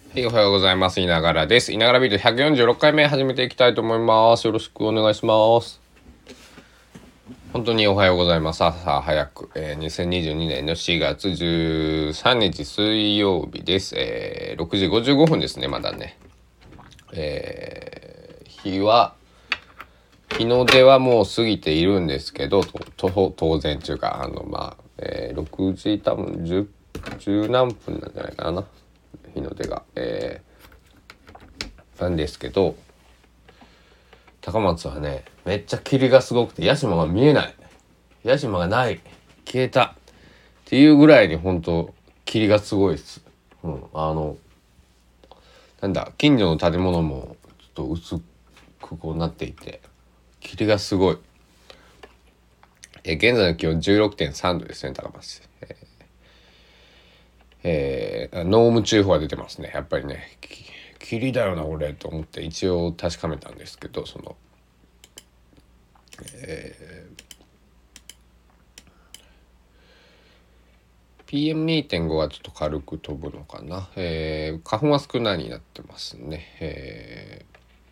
はい、おはようございます。いながらです。いながらビート146回目始めていきたいと思います。よろしくお願いします。本当におはようございます。朝早く、2022年の4月13日水曜日です。6時55分ですね、まだね。日の出はもう過ぎているんですけど、当然というか、6時多分10何分なんじゃないかな。日の出が。なんですけど、高松はね、めっちゃ霧がすごくて、屋島が見えない。屋島がない。消えた。っていうぐらいに本当霧がすごいです。近所の建物もちょっと薄くこうなっていて、霧がすごい。現在の気温16.3度ですね、高松。濃霧注意報が出てますね。やっぱりね、霧だよな俺と思って一応確かめたんですけど、PM2.5 はちょっと軽く飛ぶのかな。花粉は少ないになってますね。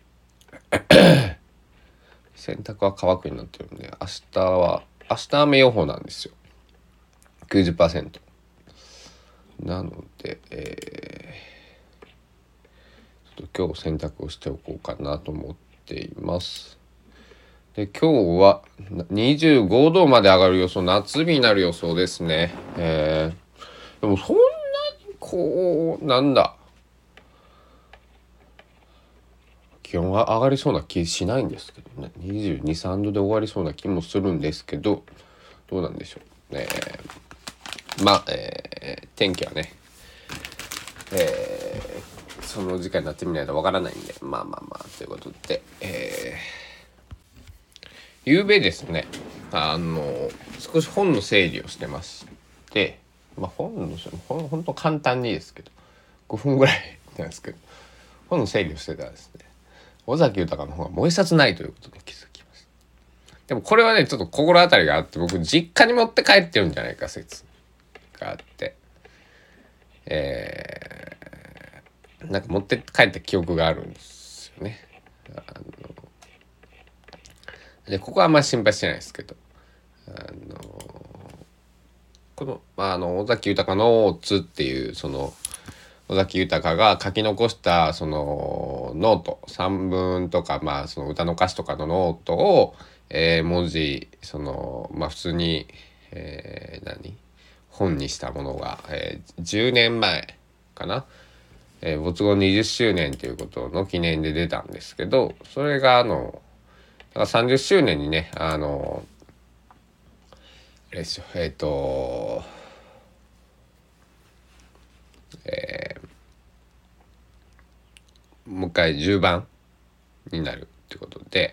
洗濯は乾くになってるんで、明日雨予報なんですよ。90%。なので、ちょっと今日洗濯をしておこうかなと思っています。で、今日は25度まで上がる予想、夏日になる予想ですね。でもそんなにこう気温が上がりそうな気しないんですけどね。22、3度で終わりそうな気もするんですけど、どうなんでしょう。天気はね、その時間になってみないとわからないんで、ということで、夕べですね、少し本の整理をしてまして、本当簡単にですけど、5分ぐらいなんですけど、本の整理をしてたらですね、尾崎豊の方がもう一冊ないということに気づきました。でもこれはね、ちょっと心当たりがあって、僕実家に持って帰ってるんじゃないか説があって、なんか持って帰った記憶があるんですよね。でここはあんまり心配してないですけど、この、尾崎豊のノーツっていう尾崎豊が書き残したそのノート散文とか、その歌の歌詞とかのノートを、文字普通に、本にしたものが、10年前かな、没後20周年ということの記念で出たんですけど、それがだから30周年にね、あれですよ、もう一回10番になるってことで、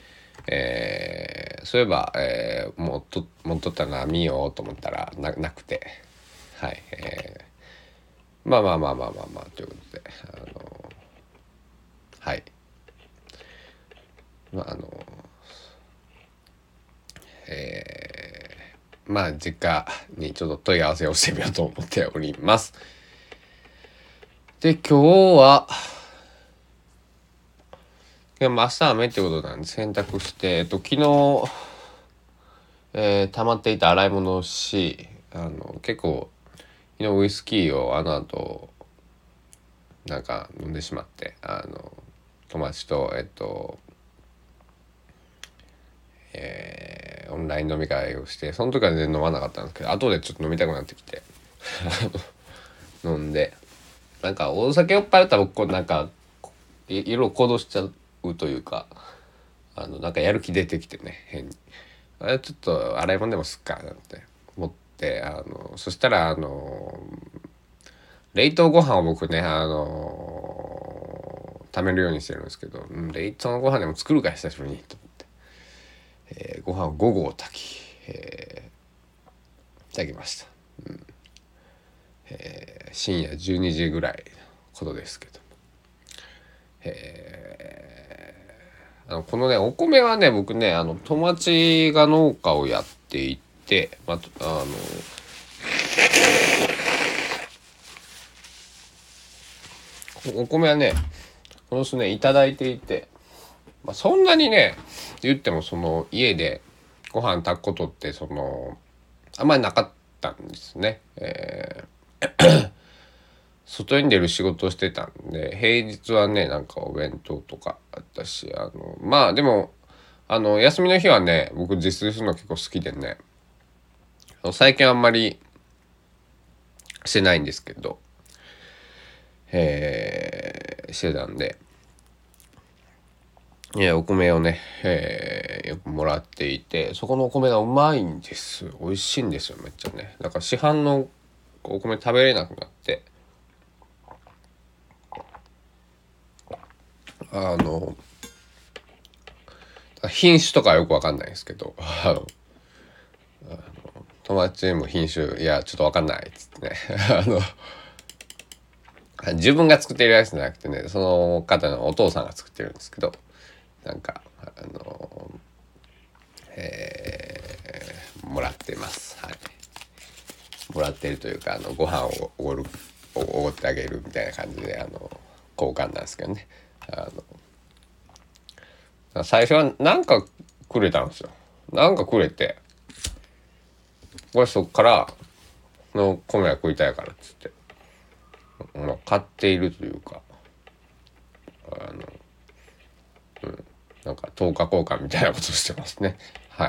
そういえば、持っとったな見ようと思ったらなくて、はい、ということで、はい、実家にちょっと問い合わせをしてみようと思っております。で、今日は明日雨ってことなんで洗濯して、昨日、溜まっていた洗い物をし、結構昨日ウイスキーをあの後なんか飲んでしまって、友達とオンライン飲み会をして、その時は全然飲まなかったんですけど、後でちょっと飲みたくなってきて飲んで、なんかお酒酔っ払ったら僕なんかいろいろ行動しちゃうというか、なんかやる気出てきてね、変にちょっと洗い物でもすっかなんて思って、そしたら冷凍ご飯を僕ね貯めるようにしてるんですけど、冷凍のご飯でも作るか久しぶりにと思って、ご飯を5合炊き、炊きました。深夜12時ぐらいのことですけど、このねお米はね、僕ね友達が農家をやっていて、 お米はねこの数年いただいていて、そんなにね言ってもその家でご飯炊くことってあんまりなかったんですね。外に出る仕事をしてたんで平日はねなんかお弁当とかあったしでも休みの日はね僕自炊するの結構好きでね最近あんまりしてないんですけど、してたんで、お米をね、よくもらっていてそこのお米がうまいんです。美味しいんですよめっちゃね。だから市販のお米食べれなくなって品種とかよくわかんないですけど友達にも品種いやちょっとわかんないっつってね自分が作ってるやつじゃなくてねその方のお父さんが作ってるんですけどなんかもらってます。はい。もらってるというかご飯をおごってあげるみたいな感じで交換なんですけどね。最初はなんかくれたんですよ。なんかくれてこれそっからの米は食いたいからっつって、買っているというかなんか10日交換みたいなことをしてますね。はい。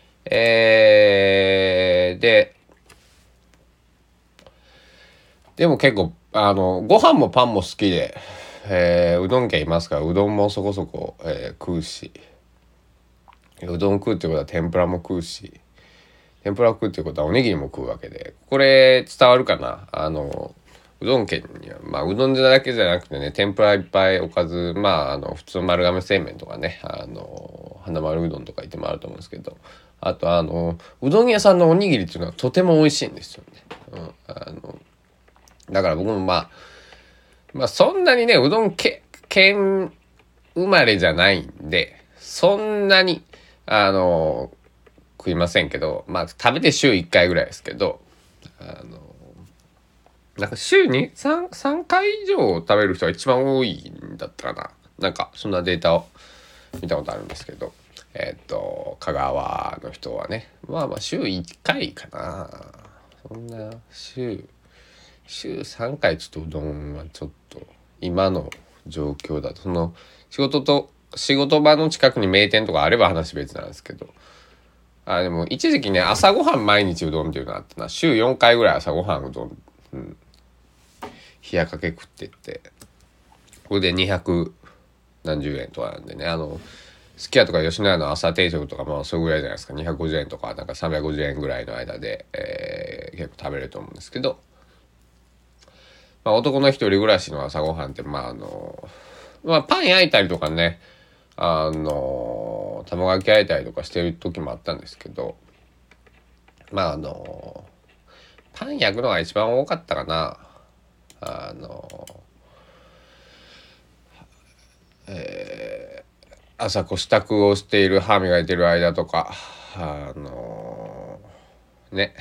でも結構ご飯もパンも好きで、うどん家いますからうどんもそこそこ、食うしうどん食うってことは天ぷらも食うし天ぷら食うってことはおにぎりも食うわけでこれ伝わるかな。うどん家にはうどんだけじゃなくてね天ぷらいっぱいおかず普通の丸亀製麺とかね花丸うどんとか言ってもあると思うんですけどあとうどん屋さんのおにぎりっていうのはとても美味しいんですよね。だから僕もそんなにねうどん県生まれじゃないんでそんなに食いませんけど食べて週1回ぐらいですけどなんか週に3回以上食べる人が一番多いんだったかな。なんかそんなデータを見たことあるんですけど香川の人はね週1回かな。そんな週3回ちょっとうどんはちょっと今の状況だと仕事場の近くに名店とかあれば話別なんですけどでも一時期ね朝ごはん毎日うどんっていうのがあって週4回ぐらい朝ごはんうどん、冷やかけ食ってってこれで200何十円とかなんでねすき家とか吉野家の朝定食とかそれぐらいじゃないですか。250円とかなんか350円ぐらいの間で、結構食べれると思うんですけど男の一人暮らしの朝ごはんってパン焼いたりとかね卵焼き焼いたりとかしてる時もあったんですけどパン焼くのが一番多かったかな。朝支度をしている歯磨いてる間とかね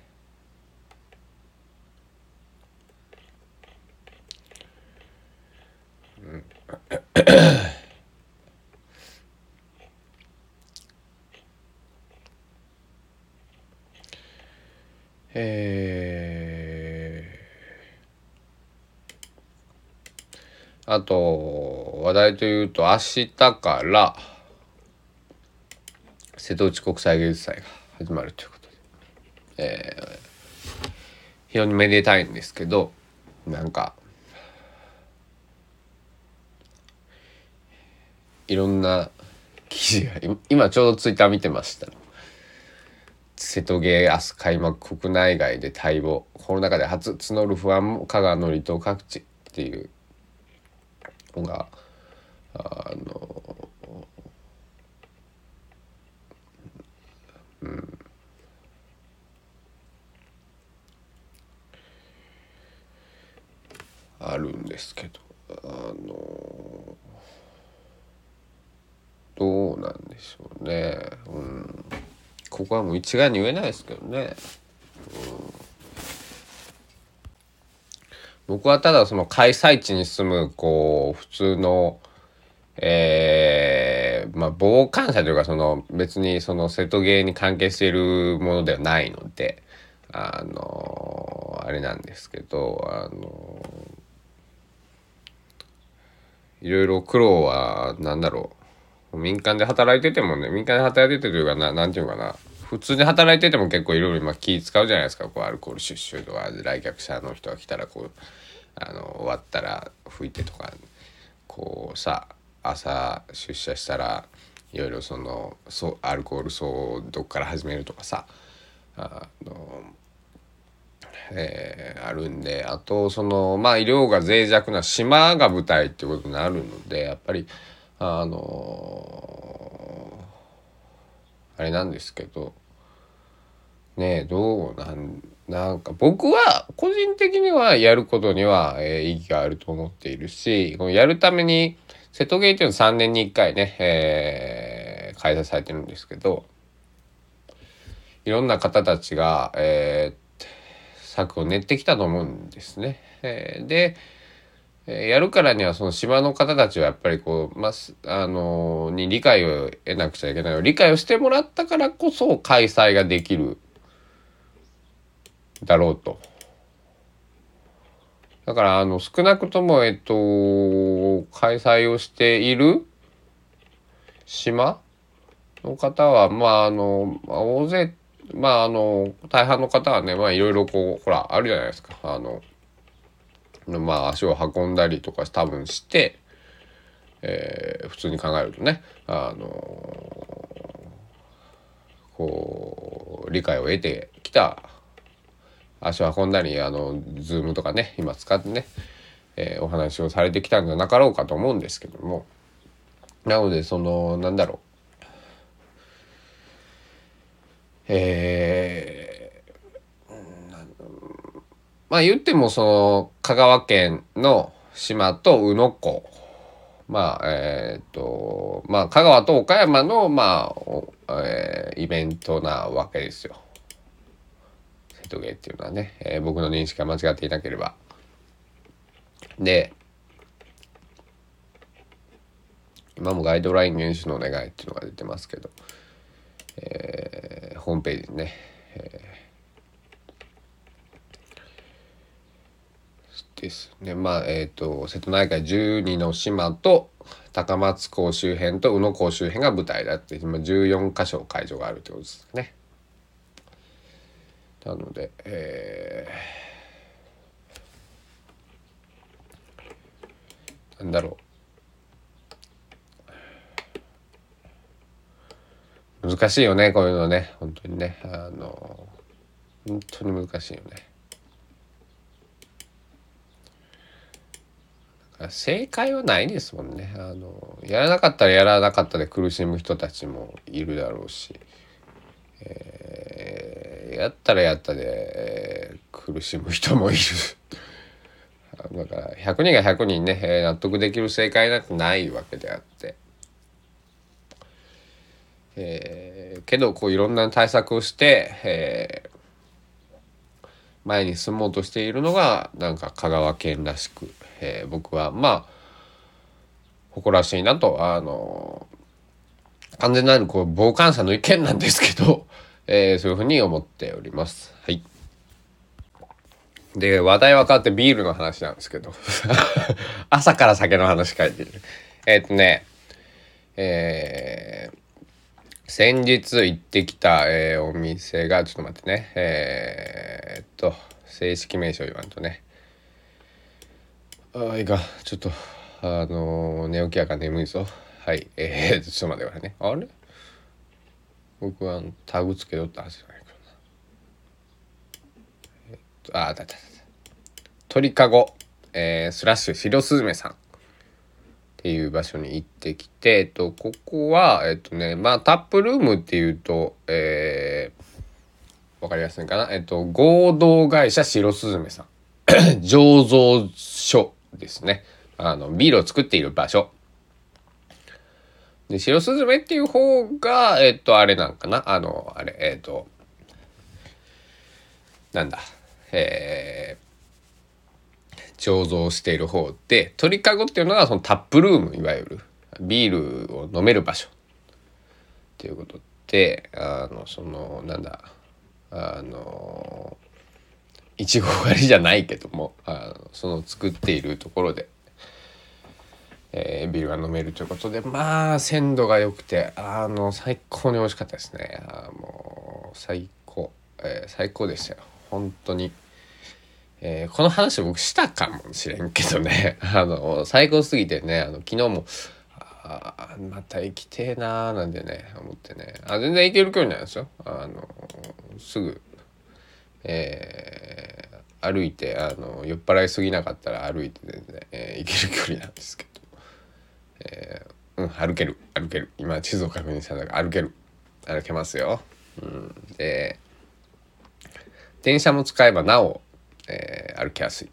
あと話題というと明日から瀬戸内国際芸術祭が始まるということで、非常にめでたいんですけどなんかいろんな記事が今ちょうどツイッター見てました。瀬戸芸明日開幕国内外で待望コロナ禍で初募る不安も香川の離島各地っていうのがあるんですけどどうなんでしょうね。ここはもう一概に言えないですけどね。 僕はただその開催地に住むこう普通の傍観者というか、その別にその瀬戸芸に関係しているものではないので、あれなんですけど、いろいろ苦労はなんだろう、民間で働いててもね、民間で働いててというかなんていうかな、普通に働いてても結構いろいろ今気使うじゃないですか。こうアルコール収集とか、来客者の人が来たらこう終わったら拭いてとか、こうさ、朝出社したらいろいろそのアルコール消毒から始めるとかさ、あるんで、あとその医療が脆弱な島が舞台っていうことになるので、やっぱりあれなんですけどね、なんか僕は個人的にはやることには、意義があると思っているし、このやるために瀬戸芸っていうのは3年に1回ね、開催されてるんですけど、いろんな方たちが、策を練ってきたと思うんですね。で、やるからにはその島の方たちはやっぱりこう、に理解を得なくちゃいけない。理解をしてもらったからこそ開催ができるだろうと。だから少なくとも開催をしている島の方は大勢大半の方はね、いろいろこうほらあるじゃないですか。足を運んだりとか多分して、普通に考えるとね、こう理解を得てきた、足を運んだりズームとかね今使ってね、お話をされてきたんじゃなかろうかと思うんですけども、なのでそのなんだろう、言ってもその香川県の島と宇野港、香川と岡山のイベントなわけですよ。瀬戸芸っていうのはね、僕の認識が間違っていなければ。で、今もガイドライン入手のお願いっていうのが出てますけど、ホームページにね、ですね。瀬戸内海12の島と高松港周辺と宇野港周辺が舞台だって、今14カ所会場があるってことですね。なので、なんだろう、難しいよねこういうのね、本当にね、本当に難しいよね。正解はないですもんね。やらなかったらやらなかったで苦しむ人たちもいるだろうし、やったらやったで、苦しむ人もいるだから100人が100人ね、納得できる正解なんてないわけであって、けどこういろんな対策をして、前に進もうとしているのがなんか香川県らしく、僕は誇らしいなと、完全なるこう傍観者の意見なんですけど、そういうふうに思っております。はい。で、話題は変わってビールの話なんですけど朝から酒の話書いてる。先日行ってきた、お店が、ちょっと待ってね、正式名称言わんとね、ちょっと寝起きやから眠いぞ。はい、ちょっと待ってくださいね。あれ、僕はタグつけよったはずじゃないかな。鳥かご、スラッシュ白スズメさんっていう場所に行ってきて、ここはタップルームっていうと、わかりやすいかな。合同会社白スズメさん醸造所ですね。ビールを作っている場所で、白スズメっていう方があれなんかな、なんだ、 醸造している方で、鳥かごっていうのがそのタップルーム、いわゆるビールを飲める場所っていうことで、そのなんだいちご狩りじゃないけども、その作っているところで、ビールが飲めるということで、まあ鮮度が良くて最高に美味しかったですね。もう最高、最高でしたよ本当に。この話僕したかもしれんけどね最高すぎてね、昨日もまた行きてえなーなんてね思ってね、全然行ける距離なんですよ。すぐ、歩いて酔っ払いすぎなかったら歩いて全然、行ける距離なんですけど、歩ける今地図を確認したんだから歩けますよ。で電車も使えばなお、歩きやすい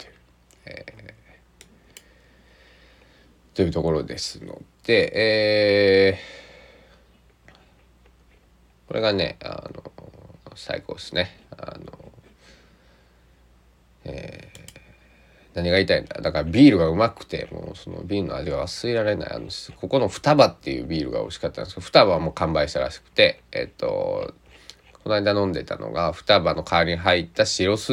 というところですので、これがね最高ですね。何が言いたいんだ、だからビールがうまくて、もうそのビールの味が忘れられない。ここの双葉っていうビールが美味しかったんですけど、双葉はもう完売したらしくて、この間飲んでたのが双葉の代わりに入った白酢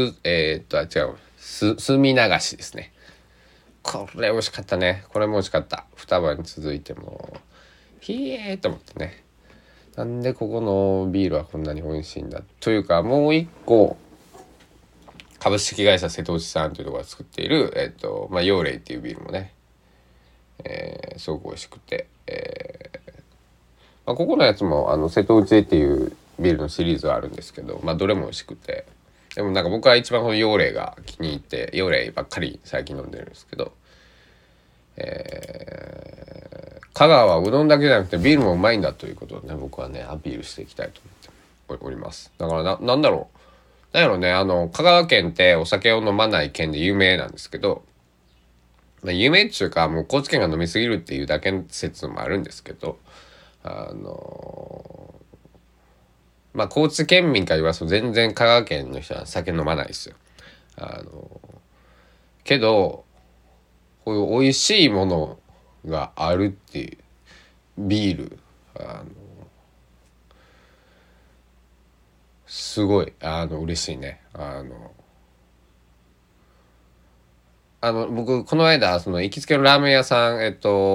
墨流しですね。これ美味しかったね。これも美味しかった。双葉に続いてもひえーと思ってね、なんでここのビールはこんなに美味しいんだというか、もう一個株式会社瀬戸内さんというところが作っている陽麗っていうビールもね、すごく美味しくて、ここのやつも瀬戸内っていうビールのシリーズはあるんですけど、どれも美味しくて、でもなんか僕は一番この陽麗が気に入って、陽麗ばっかり最近飲んでるんですけど、香川はうどんだけじゃなくてビールもうまいんだということをね、僕はねアピールしていきたいと思っております。だからなんだろうね、香川県ってお酒を飲まない県で有名なんですけど、有名っていうかもう高知県が飲みすぎるっていうだけの説もあるんですけど、高知県民から言わすと全然香川県の人は酒飲まないですよ。けどこういう美味しいものがあるっていうビール、すごい嬉しいね。僕この間その行きつけのラーメン屋さん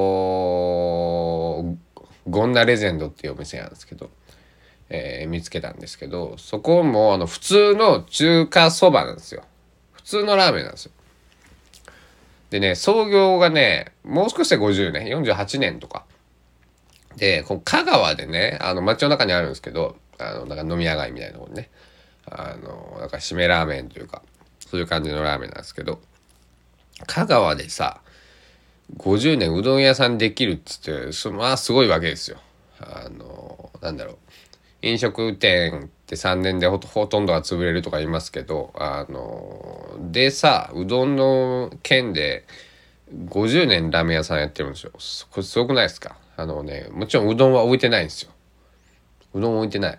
ゴンナレジェンドっていうお店なんですけど、見つけたんですけど、そこも普通の中華そばなんですよ。普通のラーメンなんですよ。でね、創業がねもう少しで50年48年とかで、この香川でね町の中にあるんですけど、なんか飲み屋街みたいなところにね、なんか締めラーメンというかそういう感じのラーメンなんですけど、香川でさ50年うどん屋さんできるっつってすごいわけですよ。なんだろう、飲食店って3年でほとんどが潰れるとか言いますけど、でさうどんの県で50年ラーメン屋さんやってるんですよ。これすごくないですか？もちろんうどんは置いてないんですよ。うどん置いてない。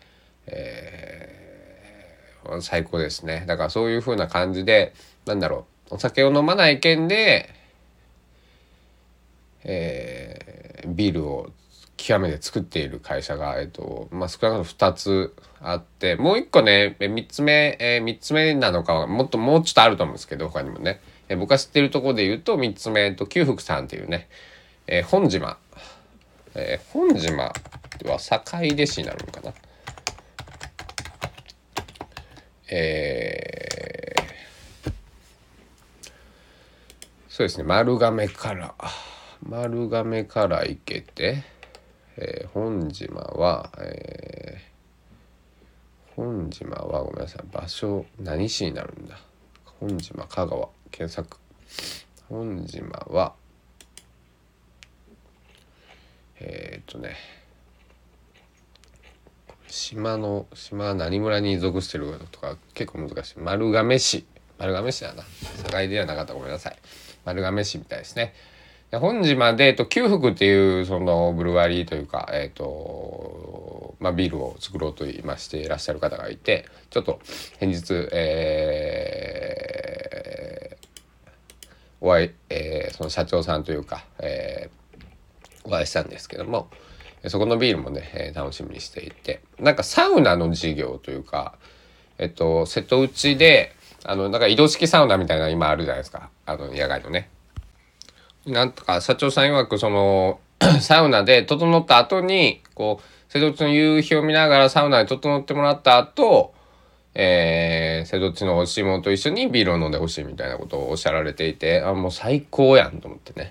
最高ですね。だからそういう風な感じで、お酒を飲まない県で、ビールを極めて作っている会社が、少なくとも2つあって、もう1個ね3つ目なのかもうちょっとあると思うんですけど、他にもね、僕が知ってるところで言うと3つ目九福さんっていうね、本島は坂出市になるのかな。そうですね、丸亀から行けて、本島はごめんなさい、場所何市になるんだ。本島香川検索。本島は島何村に属してるかとか結構難しい。丸亀市だな。境ではなかった、ごめんなさい。丸亀市みたいですね。本島で九福っていうそのブルワリーというかビールを作ろうと今していらっしゃる方がいて、ちょっと先日その社長さんというか、お会いしたんですけども、そこのビールもね、楽しみにしていて、なんかサウナの事業というか、瀬戸内でなんか移動式サウナみたいな今あるじゃないですか、野外のね。なんとか社長さん曰くそのサウナで整った後にこう瀬戸内の夕日を見ながらサウナで整ってもらった後、瀬戸内の美味しいものと一緒にビールを飲んでほしいみたいなことをおっしゃられていて、もう最高やんと思ってね。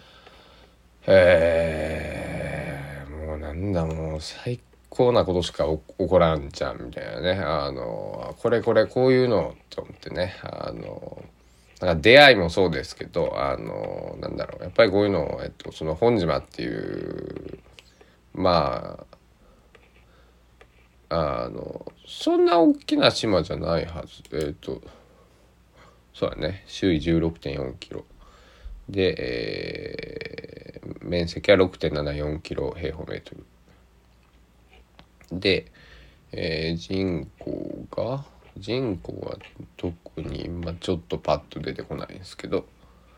もうなんだ、もう最高なことしか起こらんじゃんみたいなね。これこういうのと思ってね。なんか出会いもそうですけど、なんだろう、やっぱりこういうのを、その本島っていう、まあそんな大きな島じゃないはず。そうだね、周囲16.4キロで、面積は6.74キロ平方メートルで、人口は特に今ちょっとパッと出てこないんですけど、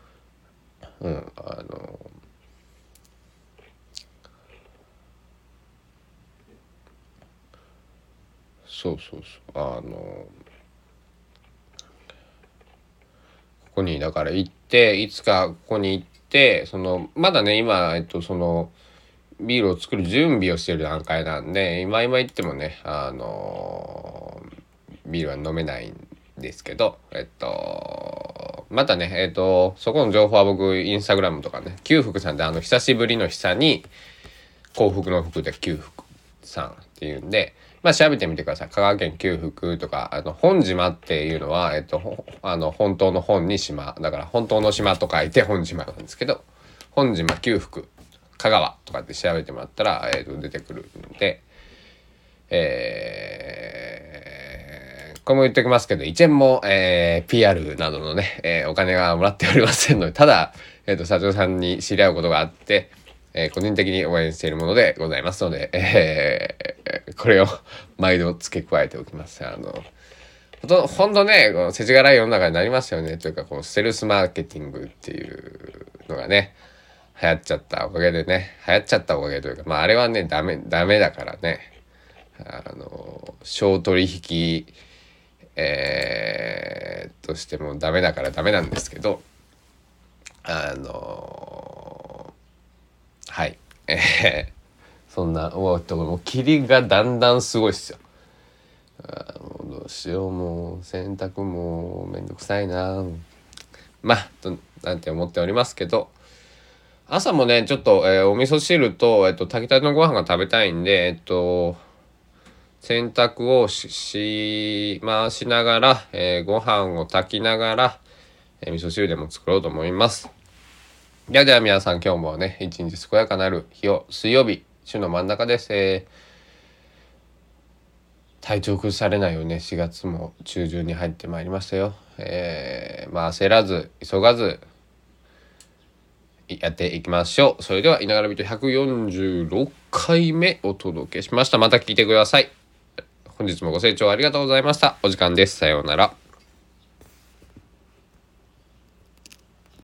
そうここにだから行って、いつかここに行って、まだね今そのビールを作る準備をしている段階なんで、今行ってもねビールは飲めないんですけど、またねそこの情報は僕インスタグラムとかね、九福さんで久しぶりの久に幸福の福で九福さんっていうんで、調べてみてください。香川県九福とか、本島っていうのは、本当の本に島、だから本当の島と書いて本島なんですけど、本島九福、香川とかって調べてもらったら、出てくるので、これも言っておきますけど、1円も、PR などのね、お金がもらっておりませんので、ただ、社長さんに知り合うことがあって、個人的に応援しているものでございますので、これを毎度付け加えておきます。ほんとね、この世知辛い世の中になりますよね。というか、このステルスマーケティングっていうのがね、流行っちゃったおかげでね、流行っちゃったおかげというか、あれはね、ダメだからね、小取引、としてもダメだからダメなんですけど、はい。そんな、もう霧がだんだんすごいっすよ。もうどうしよう、もう洗濯もめんどくさいな。なんて思っておりますけど、朝もね、ちょっと、お味噌汁と、炊きたてのご飯が食べたいんで、洗濯をしながら、ご飯を炊きながら、味噌汁でも作ろうと思います。では皆さん、今日もね、一日健やかなる日を、水曜日、週の真ん中です。体調崩されないようにね、4月も中旬に入ってまいりましたよ。焦らず急がずやっていきましょう。それでは、いながらびと146回目お届けしました。また聞いてください。本日もご清聴ありがとうございました。お時間です。さようなら。